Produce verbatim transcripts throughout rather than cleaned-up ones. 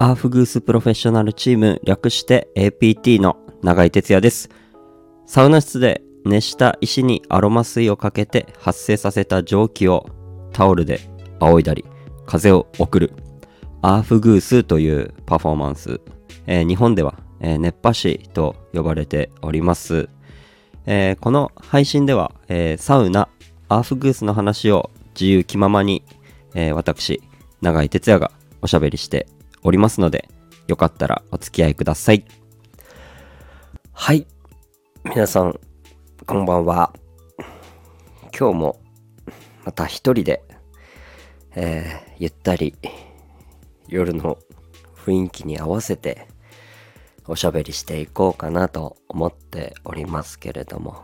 アーフグースプロフェッショナルチーム、略して エーピーティー の永井哲也です。サウナ室で熱した石にアロマ水をかけて発生させた蒸気をタオルで仰いだり風を送るアーフグースというパフォーマンス、えー、日本では、えー、熱波師と呼ばれております。えー、この配信では、えー、サウナアーフグースの話を自由気ままに、えー、私永井哲也がおしゃべりしておりますので、よかったらお付き合いください。はい、皆さんこんばんは。今日もまた一人で、えー、ゆったり夜の雰囲気に合わせておしゃべりしていこうかなと思っておりますけれども、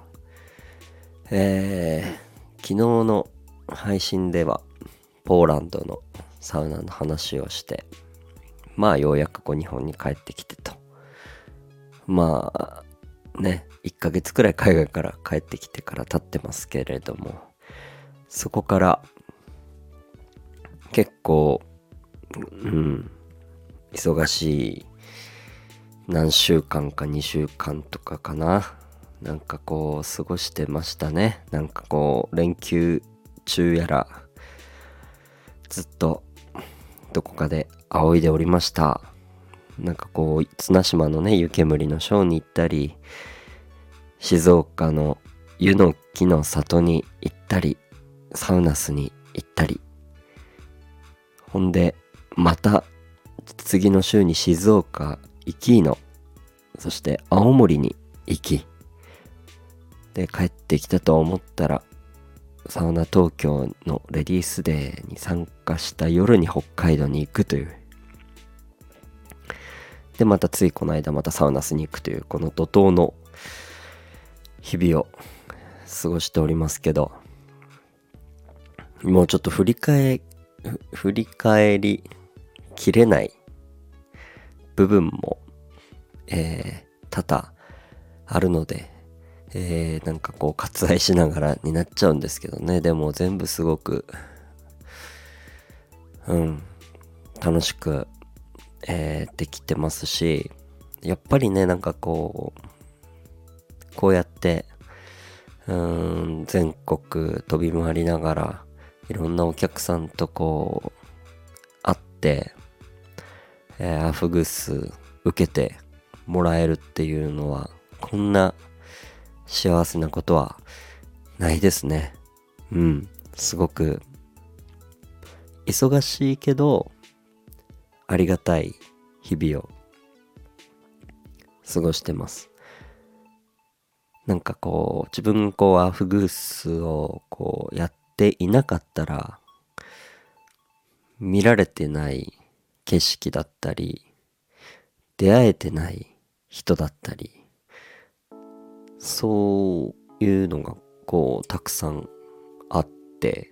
えー、昨日の配信ではポーランドのサウナの話をして、まあようやくこう日本に帰ってきてと、まあねいっかげつくらい海外から帰ってきてから経ってますけれども、そこから結構うん忙しい何週間かにしゅうかんとかかな、なんかこう過ごしてましたね。なんかこう連休中やらずっとどこかで仰いでおりました。なんかこう綱島のね湯煙のショーに行ったり、静岡の湯の木の里に行ったり、サウナスに行ったり、ほんでまた次の週に静岡行きの、そして青森に行きで帰ってきたと思ったら、サウナ東京のレディースデーに参加した夜に北海道に行くという、でまたついこの間またサウナスに行くという、この怒涛の日々を過ごしておりますけど、もうちょっと振り返振り返りきれない部分も、えー、多々あるので、えー、なんかこう割愛しながらになっちゃうんですけどね。でも全部すごくうん楽しく、えー、できてますし、やっぱりねなんかこうこうやってうーん全国飛び回りながらいろんなお客さんとこう会って、えー、アフグース受けてもらえるっていうのは、こんな幸せなことはないですね。うんすごく忙しいけどありがたい日々を過ごしてます。なんかこう自分こうアフグースをこうやっていなかったら見られてない景色だったり、出会えてない人だったり、そういうのがこうたくさんあって、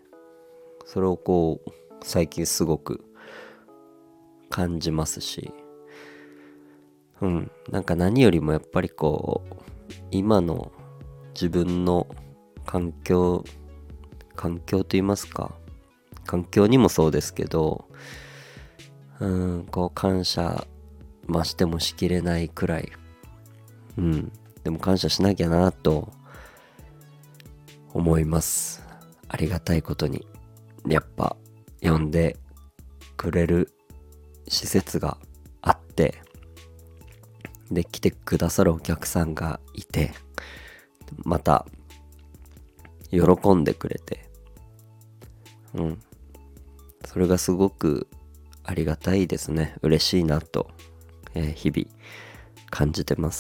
それをこう最近すごく感じますし、うんなんか何よりもやっぱりこう今の自分の環境環境と言いますか、環境にもそうですけど、うんこう感謝増してもしきれないくらい、うんでも感謝しなきゃなと思います。ありがたいことにやっぱ呼んでくれる施設があって、で来てくださるお客さんがいて、また喜んでくれて、うんそれがすごくありがたいですね。嬉しいなと、えー、日々感じてます。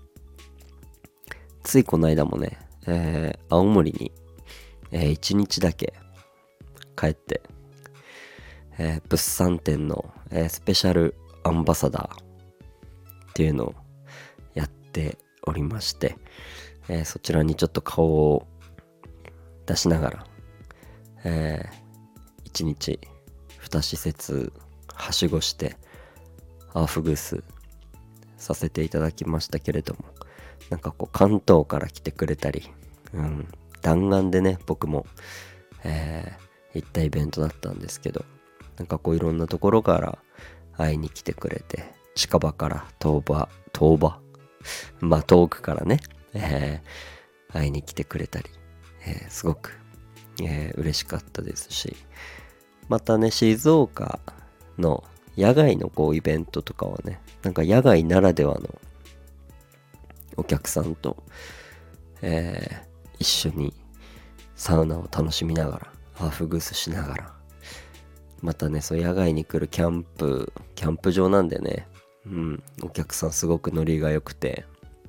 ついこの間もね、えー、青森に、えー、いちにちだけ帰って、えー、物産展の、えー、スペシャルアンバサダーっていうのをやっておりまして、えー、そちらにちょっと顔を出しながら、えー、いちにちに施設はしごしてアーフグースさせていただきましたけれども、なんかこう関東から来てくれたり、うん、弾丸でね僕も、えー、行ったイベントだったんですけど、なんかこういろんなところから会いに来てくれて、近場から遠場遠場まあ遠くからね、えー、会いに来てくれたり、えー、すごく、えー、嬉しかったですし、またね静岡の野外のこうイベントとかはね、なんか野外ならではのお客さんと、えー、一緒にサウナを楽しみながらハーフグースしながら、またねそう野外に来るキャンプキャンプ場なんでね、うん、お客さんすごくノリが良くて、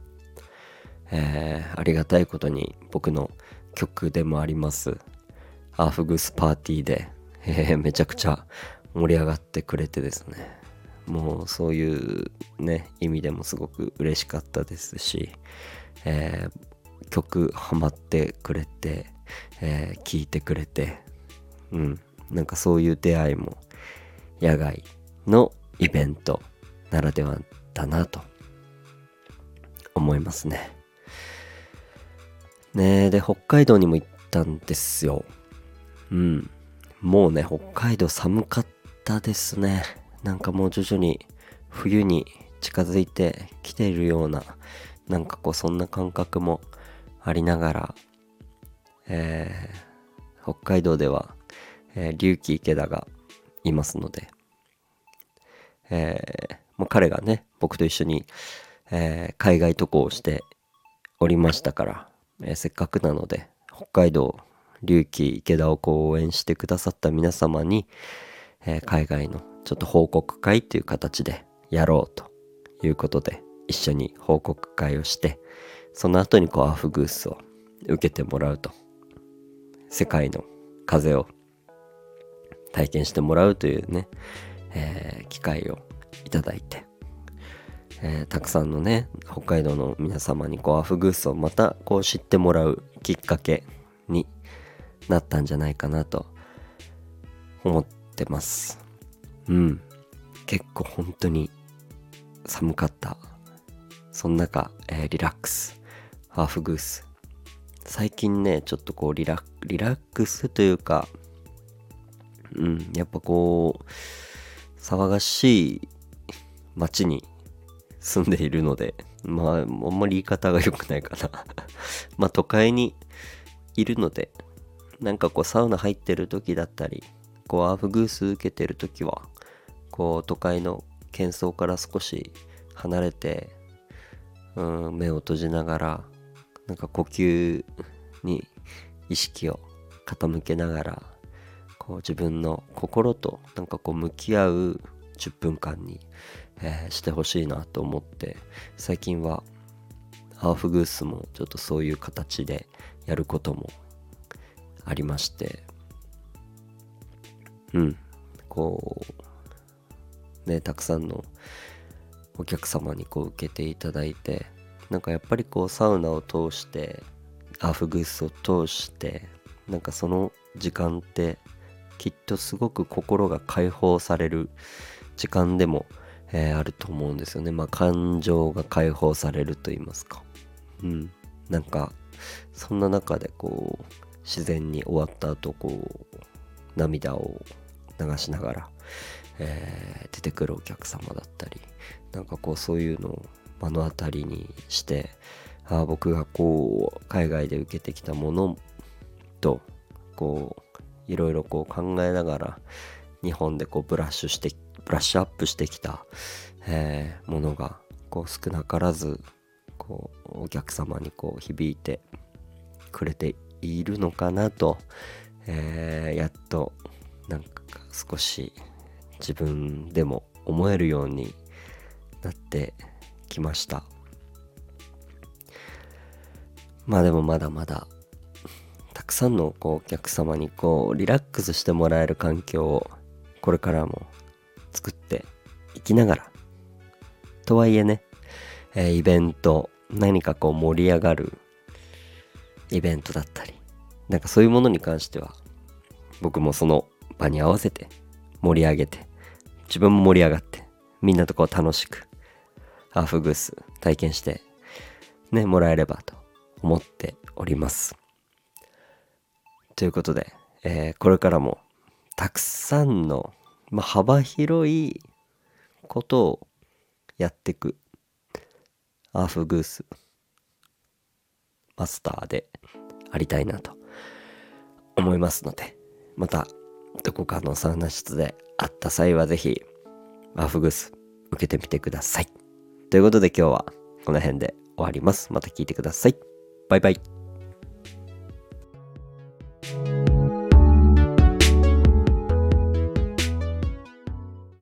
えー、ありがたいことに僕の曲でもありますハーフグースパーティーで、えー、めちゃくちゃ盛り上がってくれてですね、もうそういうね意味でもすごく嬉しかったですし、えー、曲ハマってくれて、えー、聴いてくれて、うんなんかそういう出会いも野外のイベントならではだなと思いますね。ねえ、で北海道にも行ったんですよ。うん、もうね北海道寒かったですね。なんかもう徐々に冬に近づいてきているような、なんかこうそんな感覚もありながら、えー、北海道では、えー、龍騎池田がいますので、えー、もう彼がね僕と一緒に、えー、海外渡航しておりましたから、えー、せっかくなので北海道龍騎池田をこう応援してくださった皆様に、えー、海外のちょっと報告会という形でやろうということで一緒に報告会をして、その後にこうアフグースを受けてもらうと、世界の風を体験してもらうというね、えー、機会をいただいて、えー、たくさんのね北海道の皆様にこうアフグースをまたこう知ってもらうきっかけになったんじゃないかなと思ってます。うん、結構本当に寒かった。その中、えー、リラックスハーフグース、最近ねちょっとこうリラリラックスというか、うんやっぱこう騒がしい街に住んでいるので、まああんまり言い方が良くないかなまあ都会にいるので、なんかこうサウナ入ってる時だったり、こうアーフグース受けてる時はこう都会の喧騒から少し離れて、うん、目を閉じながらなんか呼吸に意識を傾けながら、こう自分の心となんかこう向き合うじゅっぷんかんに、えー、してほしいなと思って、最近はハーフグースもちょっとそういう形でやることもありまして、うんこうねたくさんのお客様にこう受けていただいて、なんかやっぱりこうサウナを通してアーフグースを通してなんかその時間ってきっとすごく心が解放される時間でも、えー、あると思うんですよね。まあ感情が解放されると言いますか、うんなんかそんな中でこう自然に終わった後こう涙を流しながら、えー、出てくるお客様だったり、なんかこうそういうのを目の当たりにして、あ僕がこう海外で受けてきたものとこういろいろこう考えながら日本でこうブラッシュしてブラッシュアップしてきた、えー、ものがこう少なからずこうお客様にこう響いてくれているのかなと、えー、やっとなんか少し自分でも思えるようになってきました。まあでもまだまだたくさんのこうお客様にこうリラックスしてもらえる環境をこれからも作っていきながら、とはいえね、えー、イベント何かこう盛り上がるイベントだったり、なんかそういうものに関しては僕もその場に合わせて盛り上げて、自分も盛り上がってみんなとこう楽しくハーフグース体験してねもらえればと思っております。ということで、えー、これからもたくさんの、まあ、幅広いことをやっていくアーフグースマスターでありたいなと思いますので、またどこかのサウナ室で会った際はぜひアーフグース受けてみてください。ということで今日はこの辺で終わります。また聞いてください。バイバイ。